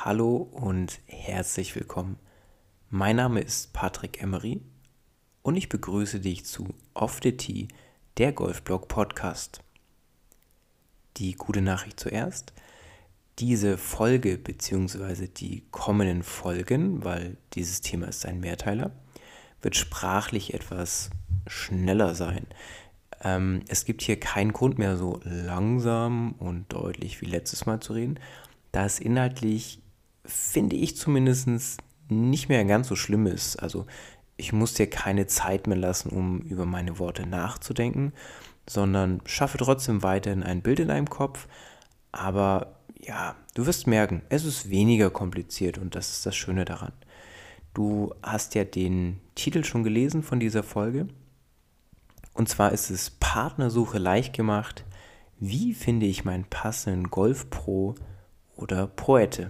Hallo und herzlich willkommen. Mein Name ist Patrick Emery und ich begrüße dich zu Off the Tee, der Golfblog Podcast. Die gute Nachricht zuerst: Diese Folge bzw. die kommenden Folgen, weil dieses Thema ist ein Mehrteiler, wird sprachlich etwas schneller sein. Es gibt hier keinen Grund mehr, so langsam und deutlich wie letztes Mal zu reden, da es inhaltlich, finde ich zumindest, nicht mehr ganz so schlimm ist. Also ich muss dir keine Zeit mehr lassen, um über meine Worte nachzudenken, sondern schaffe trotzdem weiterhin ein Bild in deinem Kopf. Aber ja, du wirst merken, es ist weniger kompliziert und das ist das Schöne daran. Du hast ja den Titel schon gelesen von dieser Folge. Und zwar ist es Partnersuche leicht gemacht. Wie finde ich meinen passenden Golf-Pro oder Proette?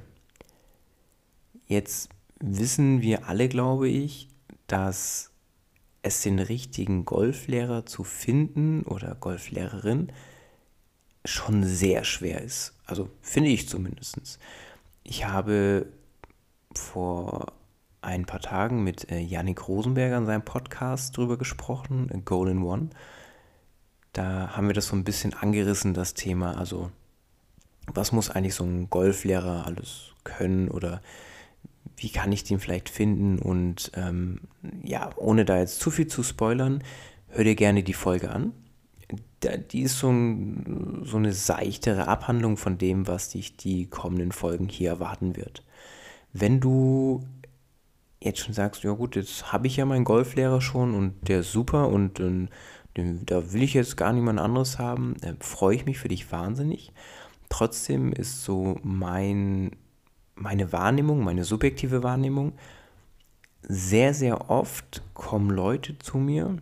Jetzt wissen wir alle, glaube ich, dass es den richtigen Golflehrer zu finden oder Golflehrerin schon sehr schwer ist. Also finde ich zumindest. Ich habe vor ein paar Tagen mit Yannick Rosenberger in seinem Podcast drüber gesprochen, Goal in One. Da haben wir das so ein bisschen angerissen, das Thema. Also was muss eigentlich so ein Golflehrer alles können oder wie kann ich den vielleicht finden? Und ja, ohne da jetzt zu viel zu spoilern, hör dir gerne die Folge an. Die ist so eine seichtere Abhandlung von dem, was dich die kommenden Folgen hier erwarten wird. Wenn du jetzt schon sagst, ja gut, jetzt habe ich ja meinen Golflehrer schon und der ist super und da will ich jetzt gar niemand anderes haben, freue ich mich für dich wahnsinnig. Trotzdem ist so meine Wahrnehmung, meine subjektive Wahrnehmung, sehr, sehr oft kommen Leute zu mir,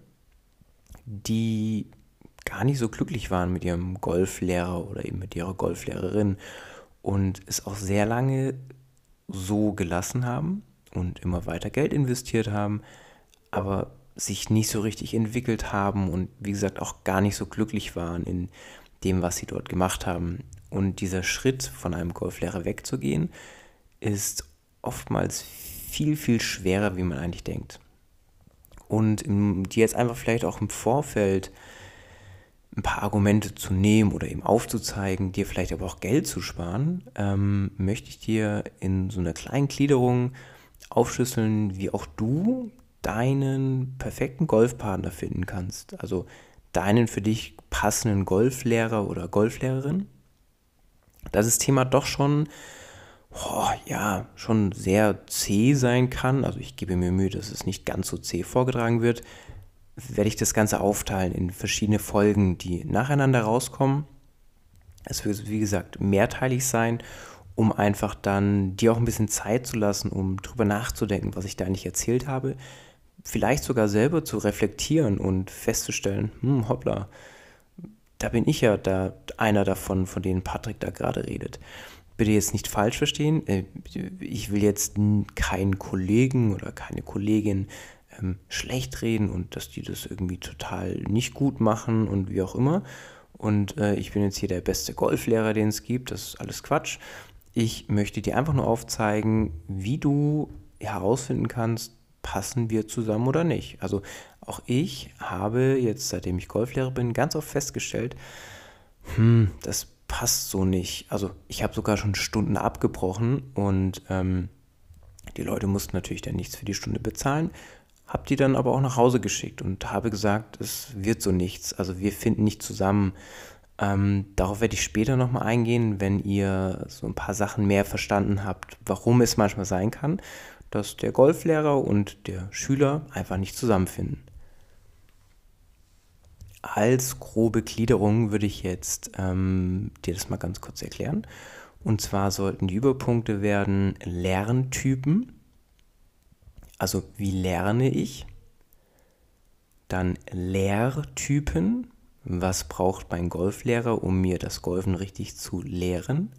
die gar nicht so glücklich waren mit ihrem Golflehrer oder eben mit ihrer Golflehrerin und es auch sehr lange so gelassen haben und immer weiter Geld investiert haben, aber sich nicht so richtig entwickelt haben und wie gesagt auch gar nicht so glücklich waren in dem, was sie dort gemacht haben. Und dieser Schritt, von einem Golflehrer wegzugehen, ist oftmals viel, viel schwerer, wie man eigentlich denkt. Und die jetzt einfach vielleicht auch im Vorfeld ein paar Argumente zu nehmen oder eben aufzuzeigen, dir vielleicht aber auch Geld zu sparen, möchte ich dir in so einer kleinen Gliederung aufschlüsseln, wie auch du deinen perfekten Golfpartner finden kannst. Also deinen für dich passenden Golflehrer oder Golflehrerin. Da das Thema doch schon, ja, schon sehr zäh sein kann, also ich gebe mir Mühe, dass es nicht ganz so zäh vorgetragen wird, werde ich das Ganze aufteilen in verschiedene Folgen, die nacheinander rauskommen. Es wird, wie gesagt, mehrteilig sein, um einfach dann dir auch ein bisschen Zeit zu lassen, um drüber nachzudenken, was ich da eigentlich erzählt habe. Vielleicht sogar selber zu reflektieren und festzustellen, hoppla, da bin ich ja da einer davon, von denen Patrick da gerade redet. Bitte jetzt nicht falsch verstehen. Ich will jetzt keinen Kollegen oder keine Kollegin schlecht reden und dass die das irgendwie total nicht gut machen und wie auch immer. Und ich bin jetzt hier der beste Golflehrer, den es gibt. Das ist alles Quatsch. Ich möchte dir einfach nur aufzeigen, wie du herausfinden kannst, passen wir zusammen oder nicht. Also auch ich habe jetzt, seitdem ich Golflehrer bin, ganz oft festgestellt, das passt so nicht. Also ich habe sogar schon Stunden abgebrochen und die Leute mussten natürlich dann nichts für die Stunde bezahlen, habe die dann aber auch nach Hause geschickt und habe gesagt, es wird so nichts. Also wir finden nicht zusammen. Darauf werde ich später nochmal eingehen, wenn ihr so ein paar Sachen mehr verstanden habt, warum es manchmal sein kann, dass der Golflehrer und der Schüler einfach nicht zusammenfinden. Als grobe Gliederung würde ich jetzt dir das mal ganz kurz erklären. Und zwar sollten die Überpunkte werden Lerntypen, also wie lerne ich, dann Lehrtypen, was braucht mein Golflehrer, um mir das Golfen richtig zu lehren,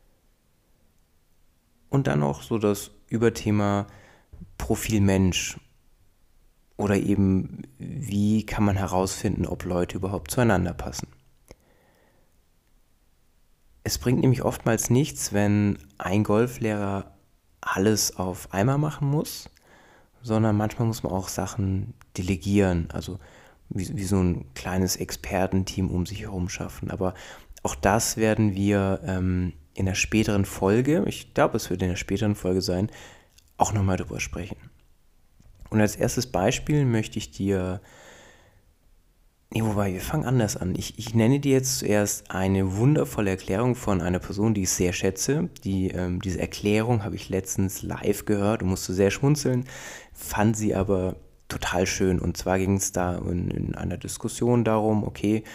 und dann auch so das Überthema Profil Mensch oder eben wie kann man herausfinden, ob Leute überhaupt zueinander passen. Es bringt nämlich oftmals nichts, wenn ein Golflehrer alles auf einmal machen muss, sondern manchmal muss man auch Sachen delegieren, also wie so ein kleines Expertenteam um sich herum schaffen. Aber auch das werden wir in der späteren Folge, ich glaube, es wird in der späteren Folge sein, auch nochmal drüber sprechen. Und als erstes Beispiel möchte ich dir, wobei, wir fangen anders an. Ich nenne dir jetzt zuerst eine wundervolle Erklärung von einer Person, die ich sehr schätze. Diese Erklärung habe ich letztens live gehört und musste sehr schmunzeln, fand sie aber total schön. Und zwar ging es da in einer Diskussion darum, okay,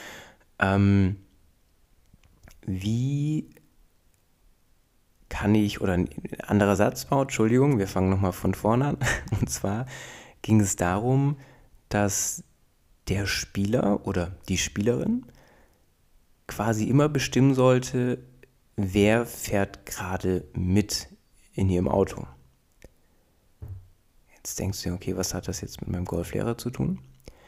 wie kann ich, oder ein anderer Satzbau, Entschuldigung, wir fangen nochmal von vorne an. Und zwar ging es darum, dass der Spieler oder die Spielerin quasi immer bestimmen sollte, wer fährt gerade mit in ihrem Auto. Jetzt denkst du dir, okay, was hat das jetzt mit meinem Golflehrer zu tun?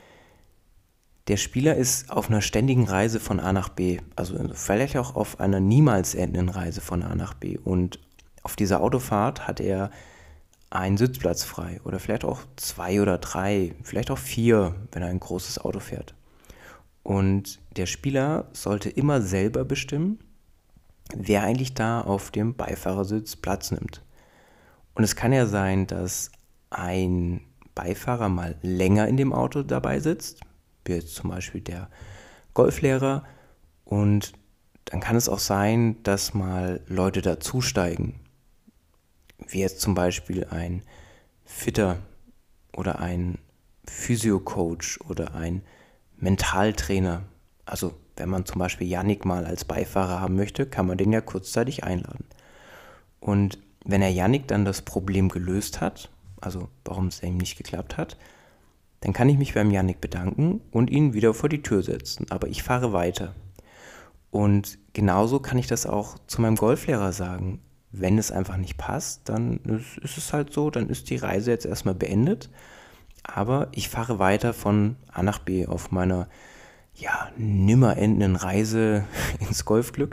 Der Spieler ist auf einer ständigen Reise von A nach B, also vielleicht auch auf einer niemals endenden Reise von A nach B. Und auf dieser Autofahrt hat er einen Sitzplatz frei oder vielleicht auch 2 oder 3, vielleicht auch 4, wenn er ein großes Auto fährt. Und der Spieler sollte immer selber bestimmen, wer eigentlich da auf dem Beifahrersitz Platz nimmt. Und es kann ja sein, dass ein Beifahrer mal länger in dem Auto dabei sitzt, wie jetzt zum Beispiel der Golflehrer, und dann kann es auch sein, dass mal Leute dazusteigen, wie jetzt zum Beispiel ein Fitter oder ein Physiocoach oder ein Mentaltrainer. Also wenn man zum Beispiel Yannick mal als Beifahrer haben möchte, kann man den ja kurzzeitig einladen. Und wenn er Yannick dann das Problem gelöst hat, also warum es ihm nicht geklappt hat, dann kann ich mich beim Yannick bedanken und ihn wieder vor die Tür setzen. Aber ich fahre weiter. Und genauso kann ich das auch zu meinem Golflehrer sagen. Wenn es einfach nicht passt, dann ist es halt so, dann ist die Reise jetzt erstmal beendet. Aber ich fahre weiter von A nach B auf meiner nimmer endenden Reise ins Golfglück.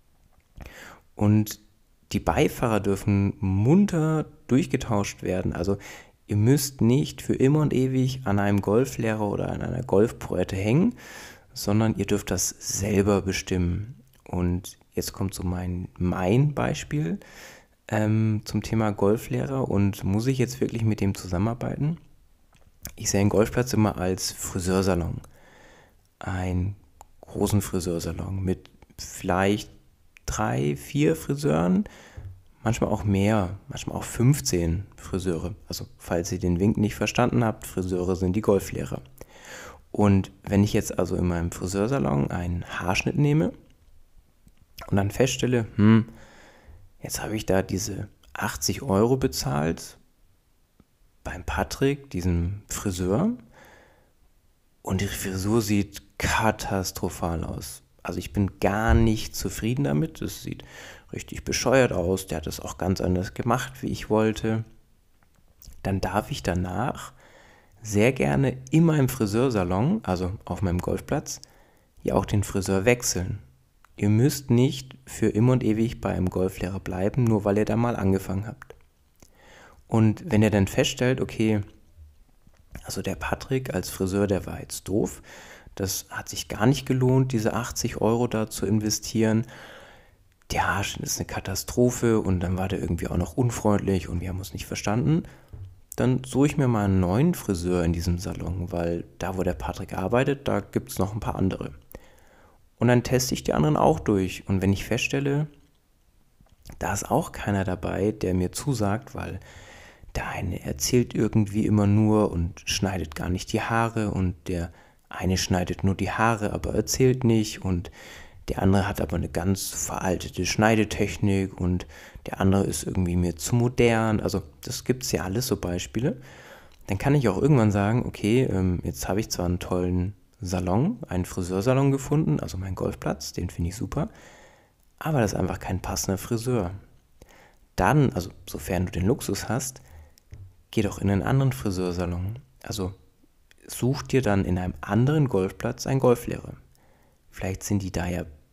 Und die Beifahrer dürfen munter durchgetauscht werden. Also ihr müsst nicht für immer und ewig an einem Golflehrer oder an einer Golfpoette hängen, sondern ihr dürft das selber bestimmen. Und jetzt kommt so mein Beispiel zum Thema Golflehrer, und muss ich jetzt wirklich mit dem zusammenarbeiten? Ich sehe einen Golfplatz immer als Friseursalon. Einen großen Friseursalon mit vielleicht 3, 4 Friseuren, manchmal auch mehr, manchmal auch 15 Friseure. Also falls ihr den Wink nicht verstanden habt, Friseure sind die Golflehrer. Und wenn ich jetzt also in meinem Friseursalon einen Haarschnitt nehme und dann feststelle, jetzt habe ich da diese 80 € bezahlt beim Patrick, diesem Friseur, und die Frisur sieht katastrophal aus. Also ich bin gar nicht zufrieden damit. Es sieht richtig bescheuert aus. Der hat es auch ganz anders gemacht, wie ich wollte. Dann darf ich danach sehr gerne in meinem Friseursalon, also auf meinem Golfplatz, ja auch den Friseur wechseln. Ihr müsst nicht für immer und ewig bei einem Golflehrer bleiben, nur weil ihr da mal angefangen habt. Und wenn ihr dann feststellt, okay, also der Patrick als Friseur, der war jetzt doof, das hat sich gar nicht gelohnt, diese 80 € da zu investieren. Der Haarschnitt ist eine Katastrophe und dann war der irgendwie auch noch unfreundlich und wir haben uns nicht verstanden. Dann suche ich mir mal einen neuen Friseur in diesem Salon, weil da, wo der Patrick arbeitet, da gibt es noch ein paar andere. Und dann teste ich die anderen auch durch. Und wenn ich feststelle, da ist auch keiner dabei, der mir zusagt, weil der eine erzählt irgendwie immer nur und schneidet gar nicht die Haare, und der eine schneidet nur die Haare, aber erzählt nicht, und der andere hat aber eine ganz veraltete Schneidetechnik und der andere ist irgendwie mir zu modern. Also das gibt es ja alles, so Beispiele. Dann kann ich auch irgendwann sagen, okay, jetzt habe ich zwar einen tollen Salon, einen Friseursalon gefunden, also meinen Golfplatz, den finde ich super, aber das ist einfach kein passender Friseur. Dann, also sofern du den Luxus hast, geh doch in einen anderen Friseursalon. Also such dir dann in einem anderen Golfplatz einen Golflehrer. Vielleicht sind die da ja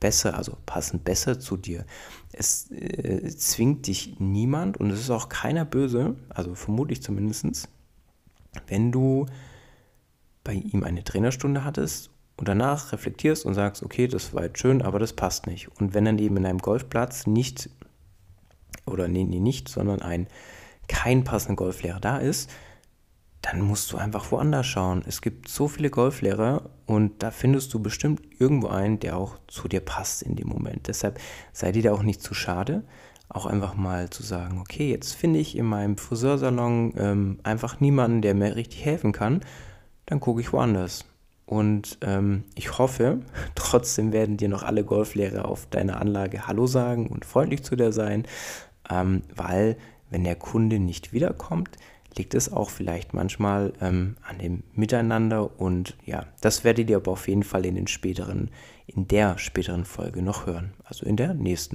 besser, also passen besser zu dir. Es zwingt dich niemand und es ist auch keiner böse, also vermutlich zumindest, wenn du bei ihm eine Trainerstunde hattest und danach reflektierst und sagst, okay, das war jetzt schön, aber das passt nicht. Und wenn dann eben in einem Golfplatz nicht, oder nee, nicht, sondern kein passender Golflehrer da ist, dann musst du einfach woanders schauen. Es gibt so viele Golflehrer und da findest du bestimmt irgendwo einen, der auch zu dir passt in dem Moment. Deshalb sei dir da auch nicht zu schade, auch einfach mal zu sagen, okay, jetzt finde ich in meinem Friseursalon einfach niemanden, der mir richtig helfen kann, dann gucke ich woanders. Und ich hoffe, trotzdem werden dir noch alle Golflehrer auf deiner Anlage Hallo sagen und freundlich zu dir sein, weil wenn der Kunde nicht wiederkommt, liegt es auch vielleicht manchmal an dem Miteinander und ja, das werdet ihr aber auf jeden Fall in der späteren Folge noch hören, also in der nächsten.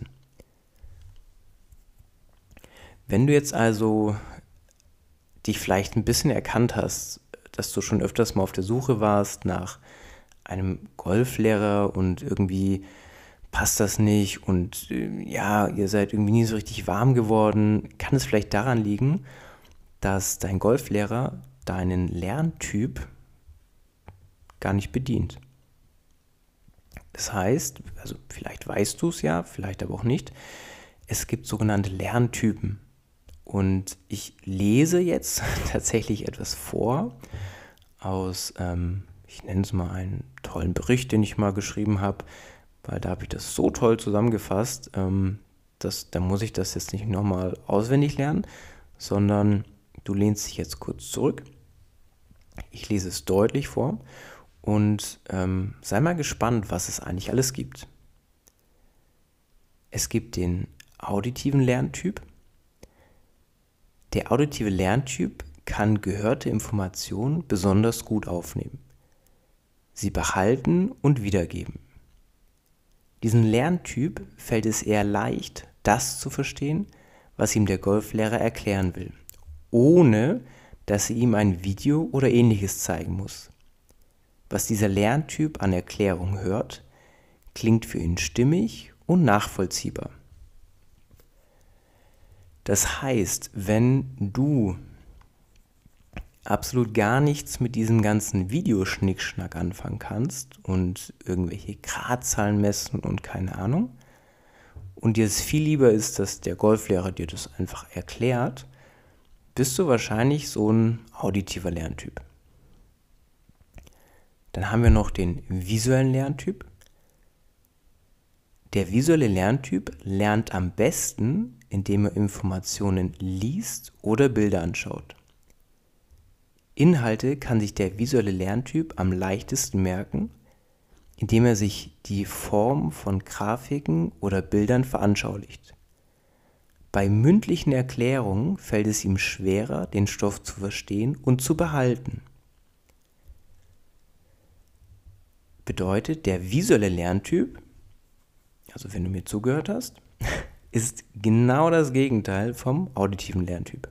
Wenn du jetzt also dich vielleicht ein bisschen erkannt hast, dass du schon öfters mal auf der Suche warst nach einem Golflehrer und irgendwie passt das nicht und ja, ihr seid irgendwie nie so richtig warm geworden, kann es vielleicht daran liegen, dass dein Golflehrer deinen Lerntyp gar nicht bedient. Das heißt, also vielleicht weißt du es ja, vielleicht aber auch nicht, es gibt sogenannte Lerntypen. Und ich lese jetzt tatsächlich etwas vor aus, ich nenne es mal einen tollen Bericht, den ich mal geschrieben habe, weil da habe ich das so toll zusammengefasst, da muss ich das jetzt nicht nochmal auswendig lernen, sondern du lehnst dich jetzt kurz zurück. Ich lese es deutlich vor und sei mal gespannt, was es eigentlich alles gibt. Es gibt den auditiven Lerntyp. Der auditive Lerntyp kann gehörte Informationen besonders gut aufnehmen, sie behalten und wiedergeben. Diesem Lerntyp fällt es eher leicht, das zu verstehen, was ihm der Golflehrer erklären will, ohne dass er ihm ein Video oder ähnliches zeigen muss. Was dieser Lerntyp an Erklärung hört, klingt für ihn stimmig und nachvollziehbar. Das heißt, wenn du absolut gar nichts mit diesem ganzen Videoschnickschnack anfangen kannst und irgendwelche Gradzahlen messen und keine Ahnung, und dir es viel lieber ist, dass der Golflehrer dir das einfach erklärt, bist du wahrscheinlich so ein auditiver Lerntyp. Dann haben wir noch den visuellen Lerntyp. Der visuelle Lerntyp lernt am besten, indem er Informationen liest oder Bilder anschaut. Inhalte kann sich der visuelle Lerntyp am leichtesten merken, indem er sich die Form von Grafiken oder Bildern veranschaulicht. Bei mündlichen Erklärungen fällt es ihm schwerer, den Stoff zu verstehen und zu behalten. Bedeutet, der visuelle Lerntyp, also wenn du mir zugehört hast, ist genau das Gegenteil vom auditiven Lerntyp.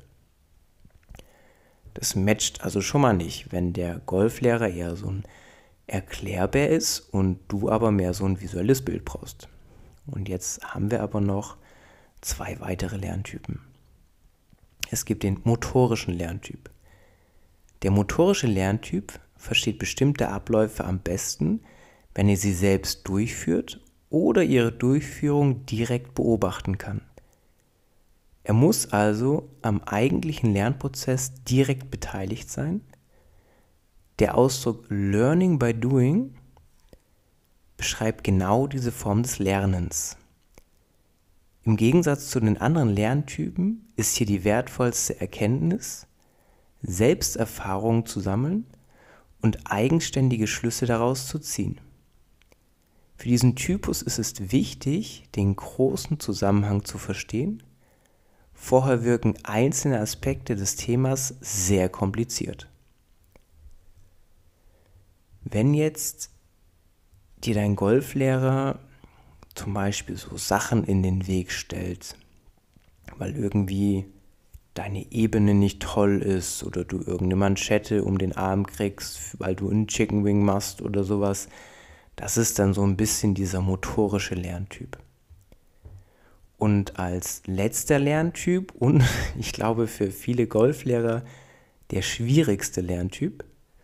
Das matcht also schon mal nicht, wenn der Golflehrer eher so ein Erklärbär ist und du aber mehr so ein visuelles Bild brauchst. Und jetzt haben wir aber noch 2 weitere Lerntypen. Es gibt den motorischen Lerntyp. Der motorische Lerntyp versteht bestimmte Abläufe am besten, wenn er sie selbst durchführt oder ihre Durchführung direkt beobachten kann. Er muss also am eigentlichen Lernprozess direkt beteiligt sein. Der Ausdruck Learning by Doing beschreibt genau diese Form des Lernens. Im Gegensatz zu den anderen Lerntypen ist hier die wertvollste Erkenntnis, Selbsterfahrungen zu sammeln und eigenständige Schlüsse daraus zu ziehen. Für diesen Typus ist es wichtig, den großen Zusammenhang zu verstehen. Vorher wirken einzelne Aspekte des Themas sehr kompliziert. Wenn jetzt dir dein Golflehrer zum Beispiel so Sachen in den Weg stellt, weil irgendwie deine Ebene nicht toll ist oder du irgendeine Manschette um den Arm kriegst, weil du einen Chicken Wing machst oder sowas, Das ist dann so ein bisschen dieser motorische Lerntyp. Und als letzter Lerntyp und ich glaube für viele Golflehrer der schwierigste Lerntyp,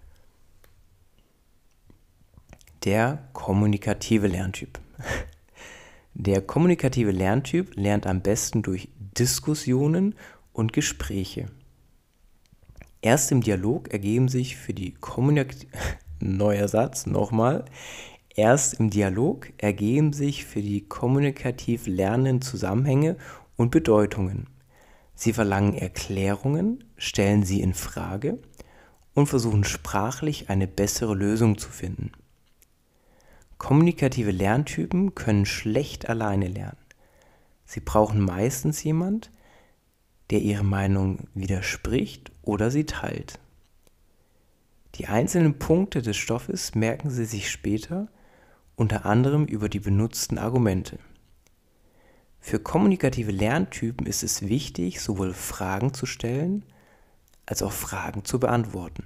der kommunikative Lerntyp. Der kommunikative Lerntyp lernt am besten durch Diskussionen und Gespräche. Erst im Dialog ergeben sich für die neuer Satz, nochmal. Erst im Dialog ergeben sich für die kommunikativ lernenden Zusammenhänge und Bedeutungen. Sie verlangen Erklärungen, stellen sie in Frage und versuchen sprachlich eine bessere Lösung zu finden. Kommunikative Lerntypen können schlecht alleine lernen. Sie brauchen meistens jemand, der ihre Meinung widerspricht oder sie teilt. Die einzelnen Punkte des Stoffes merken sie sich später, unter anderem über die benutzten Argumente. Für kommunikative Lerntypen ist es wichtig, sowohl Fragen zu stellen, als auch Fragen zu beantworten.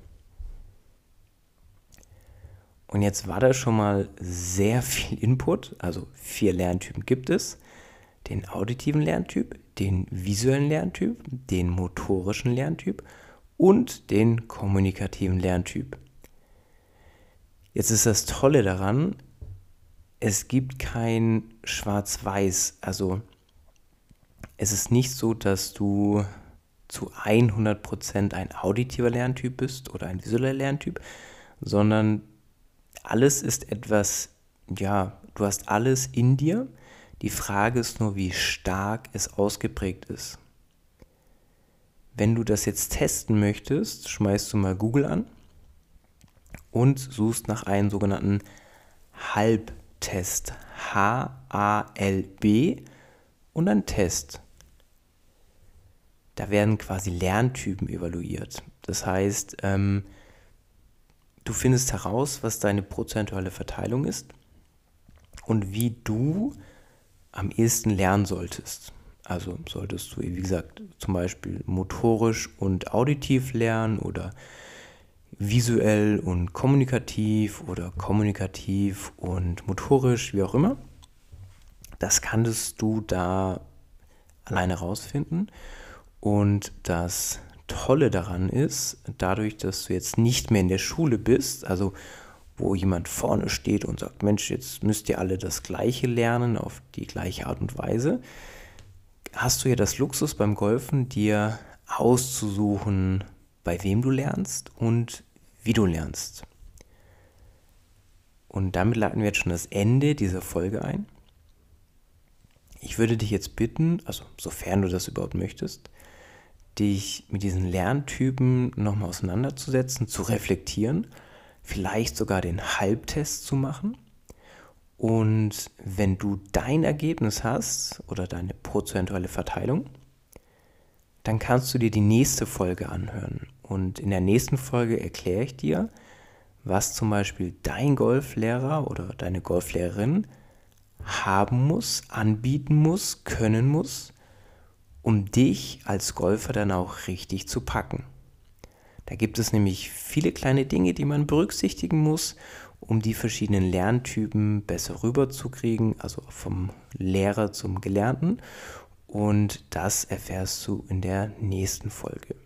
Und jetzt war da schon mal sehr viel Input, also 4 Lerntypen gibt es. Den auditiven Lerntyp, den visuellen Lerntyp, den motorischen Lerntyp und den kommunikativen Lerntyp. Jetzt ist das Tolle daran, es gibt kein Schwarz-Weiß, also es ist nicht so, dass du zu 100% ein auditiver Lerntyp bist oder ein visueller Lerntyp, sondern alles ist etwas, ja, du hast alles in dir. Die Frage ist nur, wie stark es ausgeprägt ist. Wenn du das jetzt testen möchtest, schmeißt du mal Google an und suchst nach einem sogenannten Halb-Test. H-A-L-B und dann Test. Da werden quasi Lerntypen evaluiert. Das heißt, du findest heraus, was deine prozentuale Verteilung ist und wie du am ehesten lernen solltest. Also solltest du, wie gesagt, zum Beispiel motorisch und auditiv lernen oder visuell und kommunikativ oder kommunikativ und motorisch, wie auch immer. Das kannst du da alleine rausfinden. Und das Tolle daran ist, dadurch, dass du jetzt nicht mehr in der Schule bist, also wo jemand vorne steht und sagt, Mensch, jetzt müsst ihr alle das Gleiche lernen auf die gleiche Art und Weise, hast du ja das Luxus beim Golfen, dir auszusuchen, bei wem du lernst und wie du lernst. Und damit leiten wir jetzt schon das Ende dieser Folge ein. Ich würde dich jetzt bitten, also sofern du das überhaupt möchtest, dich mit diesen Lerntypen nochmal auseinanderzusetzen, zu reflektieren, vielleicht sogar den Halbtest zu machen. Und wenn du dein Ergebnis hast oder deine prozentuale Verteilung, dann kannst du dir die nächste Folge anhören. Und in der nächsten Folge erkläre ich dir, was zum Beispiel dein Golflehrer oder deine Golflehrerin haben muss, anbieten muss, können muss, um dich als Golfer dann auch richtig zu packen. Da gibt es nämlich viele kleine Dinge, die man berücksichtigen muss, um die verschiedenen Lerntypen besser rüberzukriegen, also vom Lehrer zum Gelernten. Und das erfährst du in der nächsten Folge.